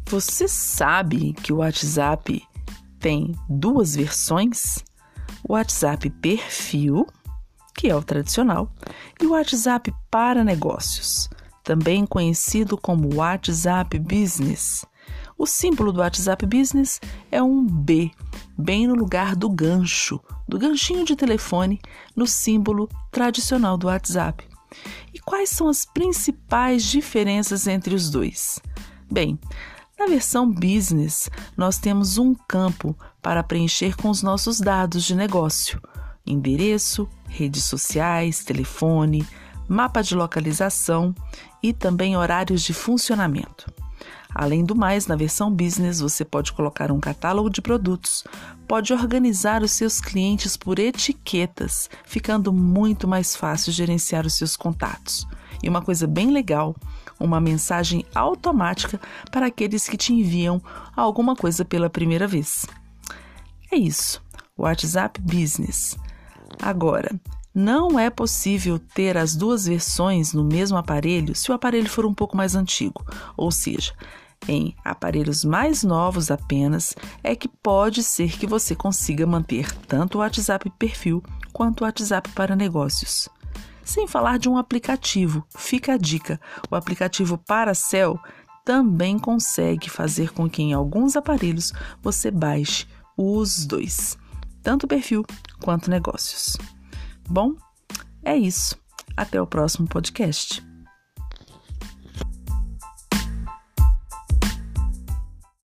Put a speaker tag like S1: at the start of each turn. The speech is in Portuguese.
S1: Você sabe que o WhatsApp tem duas versões? O WhatsApp Perfil, que é o tradicional, e o WhatsApp para negócios, também conhecido como WhatsApp Business. O símbolo do WhatsApp Business é um B, bem no lugar do gancho, do ganchinho de telefone, no símbolo tradicional do WhatsApp. E quais são as principais diferenças entre os dois? Bem, na versão Business, nós temos um campo para preencher com os nossos dados de negócio: endereço, redes sociais, telefone, mapa de localização e também horários de funcionamento. Além do mais, na versão Business, você pode colocar um catálogo de produtos, pode organizar os seus clientes por etiquetas, ficando muito mais fácil gerenciar os seus contatos. E uma coisa bem legal, uma mensagem automática para aqueles que te enviam alguma coisa pela primeira vez. É isso, WhatsApp Business. Agora, não é possível ter as duas versões no mesmo aparelho se o aparelho for um pouco mais antigo, ou seja, em aparelhos mais novos apenas é que pode ser que você consiga manter tanto o WhatsApp Perfil quanto o WhatsApp para negócios. Sem falar de um aplicativo, fica a dica, o aplicativo Paracel também consegue fazer com que em alguns aparelhos você baixe os dois, tanto perfil quanto negócios. Bom, é isso. Até o próximo podcast.